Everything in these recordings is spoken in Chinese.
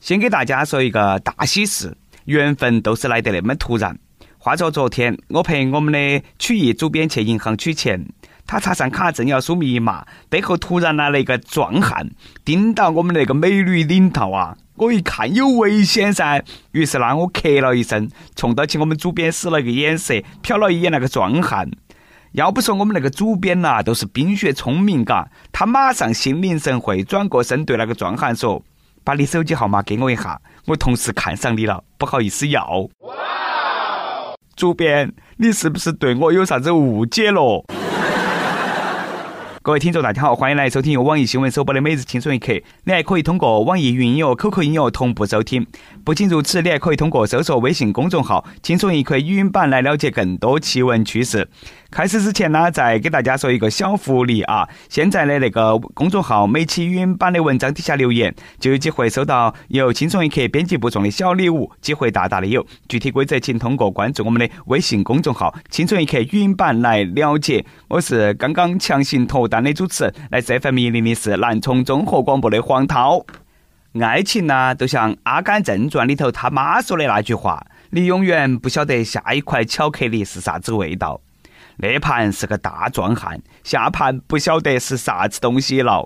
先给大家说一个大喜事，缘分都是来得那么突然。话说昨天我陪我们的曲艺主编去银行取钱，他插上卡正要输密码，背后突然来了一个壮汉，盯到我们那个美女领导啊！我一看有危险噻，于是我咳了一声，冲到起我们主编使了一个眼色，瞟了一眼那个壮汉。要不说我们那个主编都是冰雪聪明嘎，他马上心领神会，转过身对那个壮汉说：“把你手机号码给我一下，我同事看上你了，不好意思要。”主编，你是不是对我有啥子误解了？各位听众大家好，欢迎来收听由网易新闻首播的每日轻松一刻。你还可以通过网易云音乐、QQ 音乐同步收听。不仅如此，你还可以通过搜索微信公众号轻松一刻语音版来了解更多奇闻趣事。开始之前呢，再给大家说一个小福利啊！现在的那个公众号每期语音版的文章底下留言，就有机会收到由轻松一刻编辑部送的小礼物，机会大大的有。具体规则请通过关注我们的微信公众号轻松一刻语音版来了解。我是刚刚强行脱单的主持人，来自 FM104南充综合广播的黄涛。爱情呢，就像《阿甘正传》里头他妈说的那句话：你永远不晓得下一块巧克力是啥子味道。那盘是个大壮汉，下盘不晓得是啥子东西了。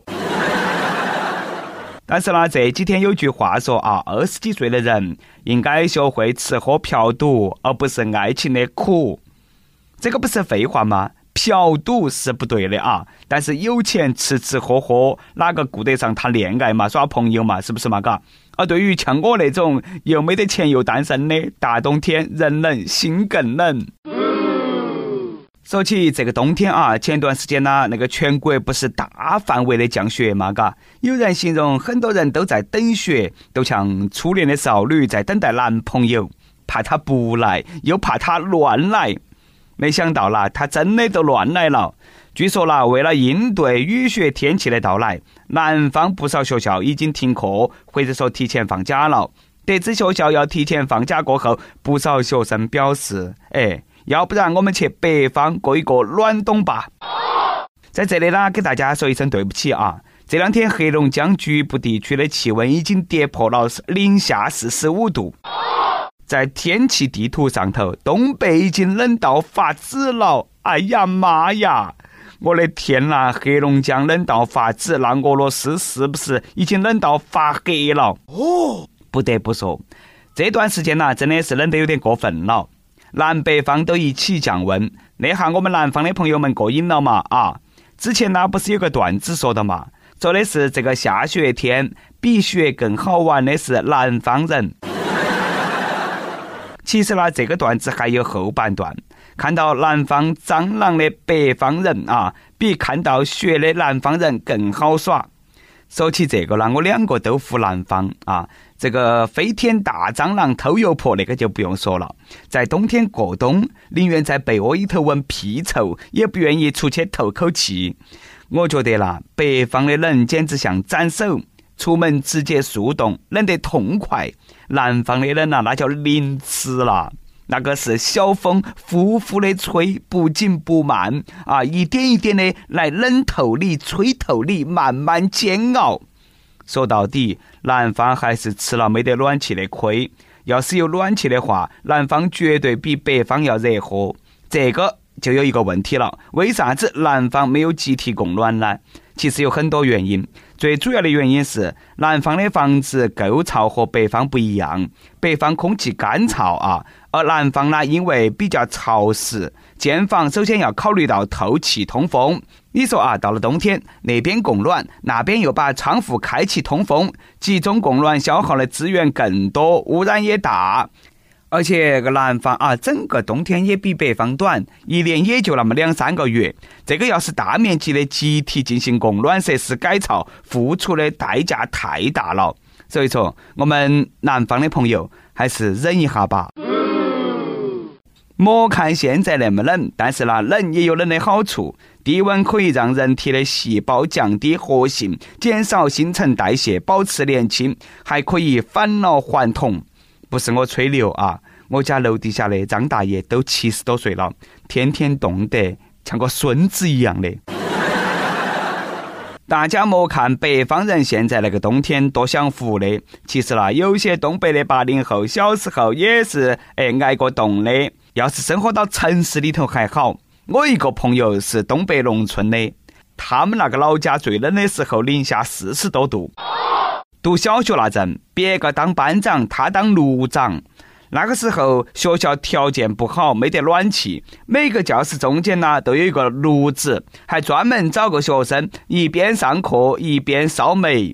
但是呢，这几天有句话说啊，20几岁的人应该学会吃喝嫖赌，而不是爱情的苦。这个不是废话吗？嫖赌是不对的啊，但是有钱吃吃喝喝，哪个顾得上谈恋爱嘛，耍朋友嘛，是不是嘛？嘎。而对于像我那种又没得钱又单身的，大冬天人冷心更冷。说起这个冬天啊，前段时间呢，那个全国不是大范围的降雪嘛，嘎，有人形容很多人都在等雪，都像初恋的少女在等待男朋友，怕他不来，又怕他乱来。没想到啦，他真的都乱来了。据说啦，为了应对雨雪天气的到来，南方不少学校已经停课，或者说提前放假了。得知学校要提前放假过后，不少学生表示，要不然我们去北方过一个暖冬吧。在这里呢，给大家说一声对不起啊！这两天黑龙江局部地区的气温已经跌破了零下45度。在天气地图上头，东北已经冷到发紫了。哎呀妈呀！我的天哪，黑龙江冷到发紫，那俄罗斯是不是已经冷到发黑了？不得不说，这段时间真的是冷得有点过分了。南北方都一起降温，那下我们南方的朋友们过瘾了嘛啊！之前不是有个段子说的嘛，说的是这个下雪天比雪更好玩的是南方人。其实这个段子还有后半段，看到南方蟑螂的北方人比看到雪的南方人更好耍。说起这个我两个都服南方啊。这个飞天大蟑螂偷油婆那个就不用说了，在冬天过冬，宁愿在被窝里头闻屁臭，也不愿意出去透口气。我觉得啦，北方的冷简直像斩首，出门直接速冻，冷得痛快。南方的冷那叫凌迟了，那个是小风呼呼的吹，不紧不慢一点一点的来冷透你，吹透你，慢慢煎熬。说到底，南方还是吃了没得暖气的亏。要是有暖气的话，南方绝对比北方要热和。这个就有一个问题了，为啥子南方没有集体供暖呢？其实有很多原因，最主要的原因是南方的房子构造和北方不一样，北方空气干燥而南方呢，因为比较潮湿，建房首先要考虑到透气通风。你说到了冬天，那边供暖，那边又把窗户开启通风，集中供暖消耗的资源更多，污染也大。而且南方整个冬天也比北方短，一年也就那么2-3个月。这个要是大面积的集体进行供暖设施改造，付出的代价太大了。所以说，我们南方的朋友还是忍一下吧。莫看现在那么冷，但是冷也有冷的好处。低温可以让人体的细胞降低活性，减少新陈代谢，保持年轻，还可以返老还童。不是我吹牛我家楼底下的张大爷都70多岁了，天天冻得像个孙子一样的。 大家莫看北方人现在那个冬天多享福的，其实啦，有些东北的80后小时候也是挨过冻的。要是生活到城市里头还好，我一个朋友是东北农村的，他们那个老家最冷的时候零下40多度。读小学那阵，别个当班长，他当路长。那个时候学校条件不好，没得暖气，每个教室中间呢都有一个炉子，还专门找个学生一边上课一边烧煤。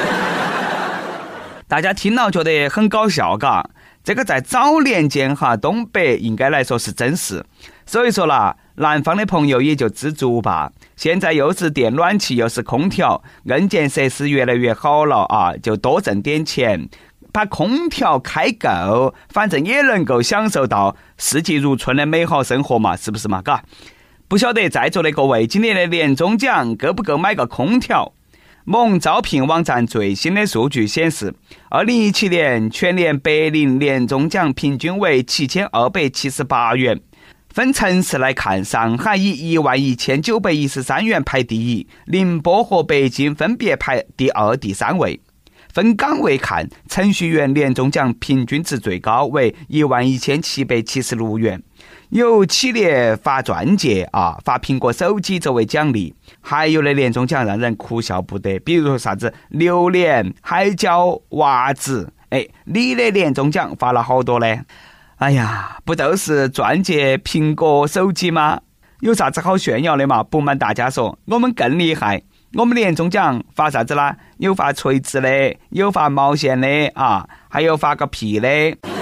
大家听了觉得很搞笑嘎，这个在早年间东北应该来说是真事。所以说啦，南方的朋友也就知足吧。现在又是电暖气又是空调，硬件设施越来越好了就多挣点钱，把空调开够，反正也能够享受到四季如春的美好生活嘛，是不是嘛？嘎，不晓得在座的各位今年的年终奖够不够买个空调？某招聘网站最新的数据显示，2017年全年白领年终奖平均为7278元。分城市来看，上海以11913元排第一，宁波和北京分别排第2、第3位。分岗位看，程序员年终奖平均值最高为11776元。有企业发钻戒发苹果手机作为奖励，还有的年终奖让人哭笑不得，比如说啥子榴莲、海椒、袜子。你的年终奖发了好多呢？哎呀，不都是钻戒、苹果、手机吗？有啥子好炫耀的嘛？不瞒大家说，我们更厉害。我们年终奖发啥子啦？有发锤子的，有发毛线的还有发个屁的。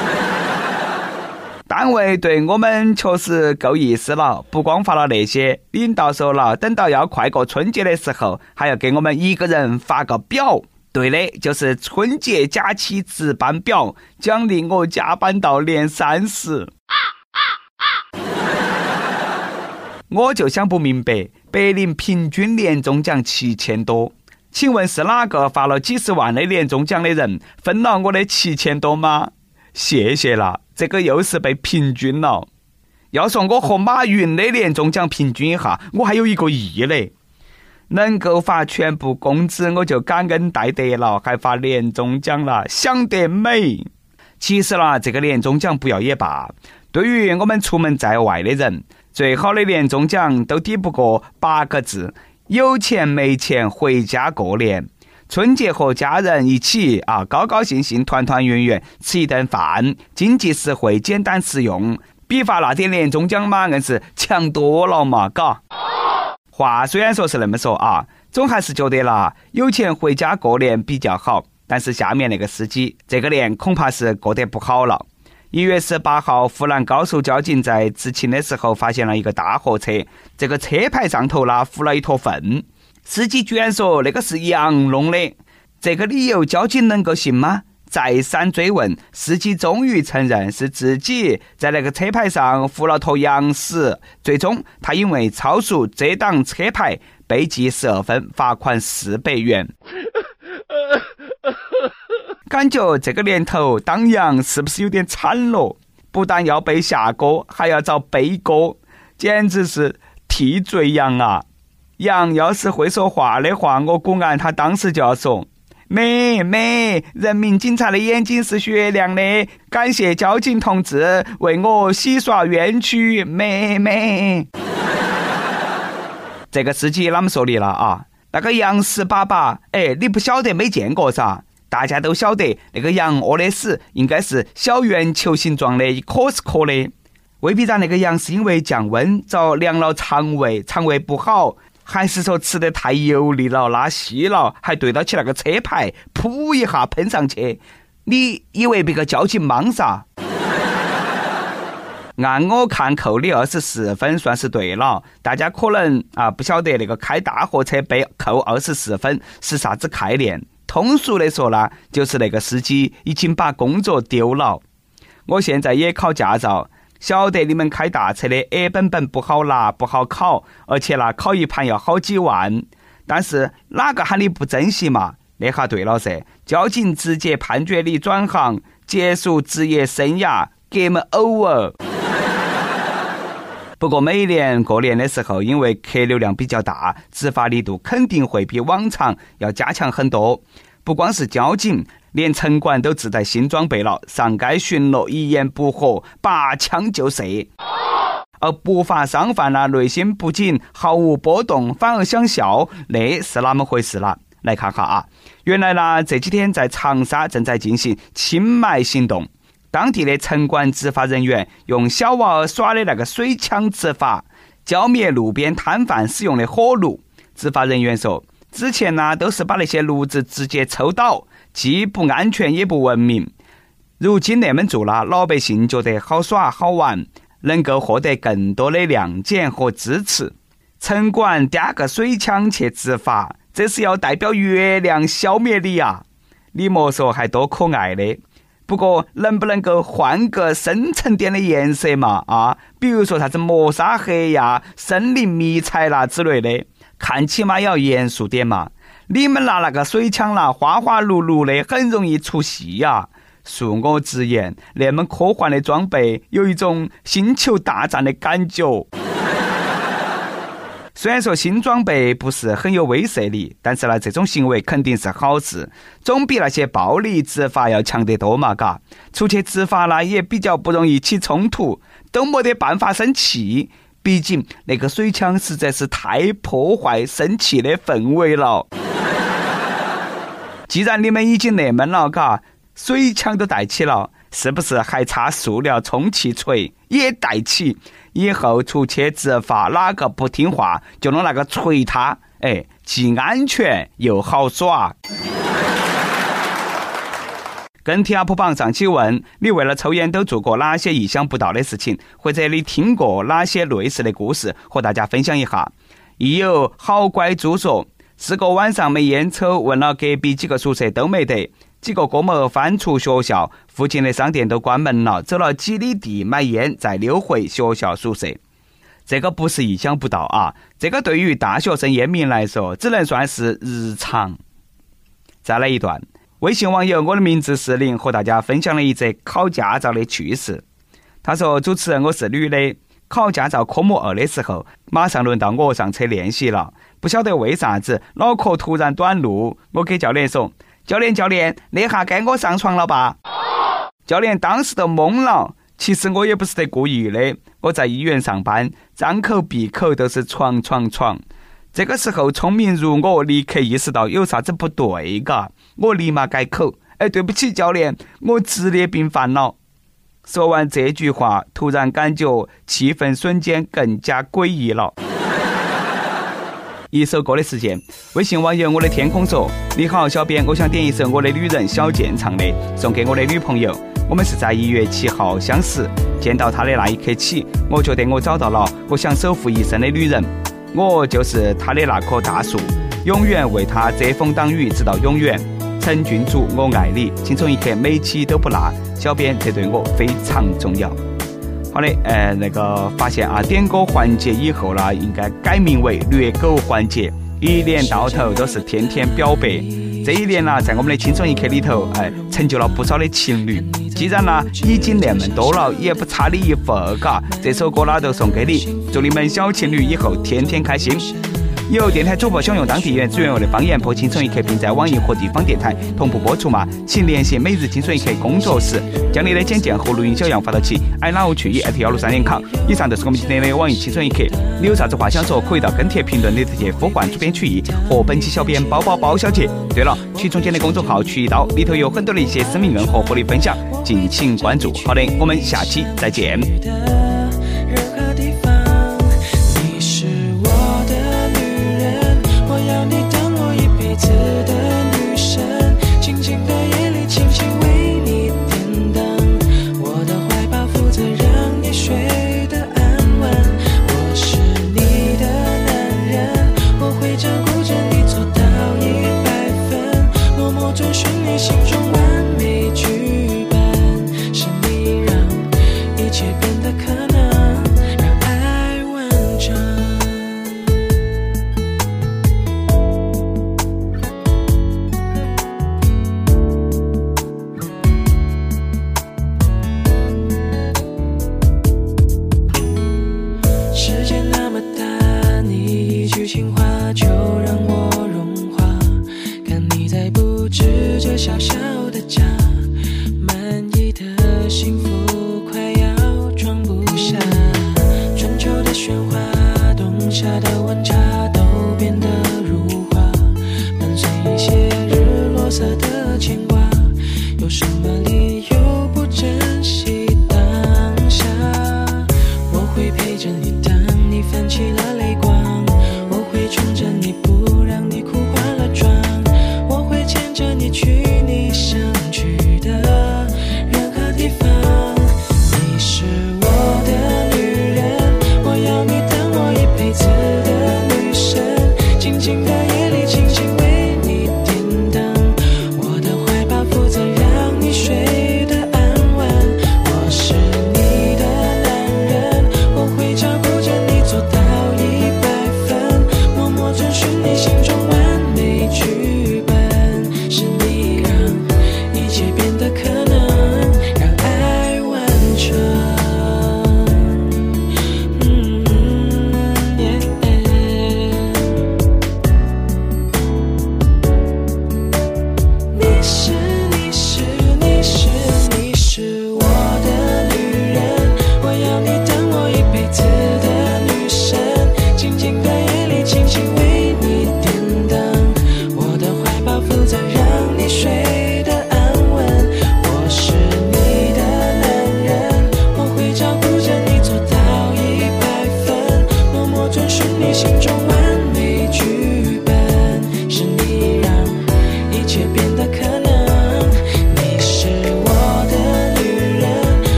单位对我们确实够意思了，不光发了那些，领导说了，等到要快过春节的时候，还要给我们一个人发个表。对的，就是春节假期值班表，奖励我加班到年30。我就想不明白，白领平均年终奖7000多，请问是哪个发了几十万的年终奖的人分了我的7000多吗？谢谢了，这个又是被平均了。要说我和马云的年终奖平均一下，我还有1个亿嘞。能够发全部工资我就感恩戴德了，还发年终奖了，想得美。其实啦，这个年终奖不要也罢，对于我们出门在外的人，最好的年终奖都抵不过8个字：有钱没钱回家过年。春节和家人一起高高兴兴团团圆圆吃一顿饭，经济实惠简单实用，比发那点年终奖嘛硬是强多了嘛，嘎。话虽然说是那么说总还是觉得啦，有钱回家过年比较好。但是下面那个司机这个年恐怕是过得不好了。1月18号，湖南高速交警在执勤的时候发现了一个大货车，这个车牌上头浮了一坨粪，司机居然说那个是羊弄的，这个理由交警能够信吗？再三追问，司机终于承认是自己在那个车牌上糊了坨羊屎。最终他因为超速遮挡车牌被记12分，罚款400元。感觉这个年头当羊是不是有点惨了？不但要被下锅，还要遭背锅，简直是替罪羊啊！羊要是会说话的话，我估按他当时就要说：妹，人民警察的眼睛是雪亮的，感谢交警同志为我洗刷冤屈，妹。这个司机啷么说你了那个羊屎粑粑，你不晓得没见过噻？大家都晓得那个羊屙的屎应该是小圆球形状的，一颗是颗的，未必然那个羊是因为降温遭凉了肠胃不好，还是说吃得太油腻了拉稀了，还对到起那个车牌噗一下喷上去。你以为别个交警莽啥？按我看扣你24分算是对了。大家可能不晓得那个开大货车被扣24分是啥子概念。通俗的说呢，就是那个司机已经把工作丢了。我现在也考驾照，晓得你们开大车的 A 本不好拿不好考，而且考一盘要好几万。但是哪个喊你不珍惜嘛？那下对了噻，交警直接判决你转行，结束职业生涯 Game over。 不过每年过年的时候，因为客流量比较大，执法力度肯定会比往常要加强很多。不光是交警，连城管都自带新装备了，上街巡逻，一言不合拔枪就射。而不法商贩内心不紧，毫无波动，反而想笑，那是哪么回事了？来看看啊，原来这几天在长沙正在进行清霾行动，当地的城管执法人员用小娃儿耍的那个水枪执法，浇灭路边摊贩使用的火炉。执法人员说，之前都是把那些炉子直接抽倒，既不安全也不文明。如今那么做了，老百姓觉得好耍好玩，能够获得更多的谅解和支持。城管掂个水枪去执法，这是要代表月亮消灭你啊！你莫说还多可爱的。不过能不能够换个深沉点的颜色嘛？比如说啥子磨砂黑呀、森林迷彩啦之类的，看起码要严肃点嘛。你们拿那个水枪花花绿绿的，很容易出戏呀。恕我直言，那么科幻的装备有一种星球大战的感觉。虽然说新装备不是很有威慑力，但是这种行为肯定是好事，总比那些暴力执法要强得多嘛，嘎。出去执法也比较不容易起冲突，都没得办法生气，毕竟那个水枪实在是太破坏生气的氛围了。既然你们已经那么了，嘎，水枪都带起了，是不是还差塑料充气锤也带起？以后出去执法，哪个不听话就弄那个锤他，既安全又好耍。跟贴up榜上期问你为了抽烟都做过哪些意想不到的事情，或者你听过哪些类似的故事，和大家分享一下。亦有好乖猪说，试过晚上没烟抽，问了隔壁几个宿舍都没得，几个哥们翻出学校，附近的商店都关门了，走了几里地买烟，再溜回学校宿舍。这个不是意想不到啊，这个对于大学生烟民来说只能算是日常。再来一段，微信网友我的名字是林和大家分享了一则考驾照的趣事。他说，主持人，我是女的，考驾照科目2的时候，马上轮到我上车练习了，不晓得为啥子脑壳突然短路，我给教练说，教练，那下该我上床了吧？教练当时都懵了。其实我也不是得故意的，我在医院上班，张口闭口都是床。这个时候聪明如我立刻意识到有啥子不对嘎，我立马改口，对不起教练，我职业病犯了。说完这句话，突然感觉气氛瞬间更加诡异了。一首歌的时间，微信网友我的天空说，你好小编，我想点一首我的女人小健唱的，送给我的女朋友。我们是在1月7号相识，见到她的那一刻起，我觉得我找到了我想守护一生的女人，我就是她的那棵大树，永远为她遮风挡雨直到永远。陈俊祖，我爱你，青春一刻每期都不落，小编这对我非常重要。好的，发现点歌环节以后应该改名为虐狗环节，一年到头都是天天表白。这一年在我们的青春一刻里头，成就了不少的情侣。既然已经那么多了，也不差你一份嘎。这首歌都送给你，祝你们小情侣以后天天开心。有电台主播想用当地原汁原味的方言播青春一刻，并在网易和地方电台同步播出吗？请联系每日青春一刻工作室，将你的简介和录音小样发到其 iLoveChui@163.com。以上就是我们今天的网易青春一刻。你有啥子话想说，可以到跟帖评论里头去呼唤主编曲艺和本期小编包小姐。对了，曲中间的公众号曲一刀里头有很多的一些生命恩和福利分享，敬请关注。好的，我们下期再见。你是我的女人，我要你等我一辈子。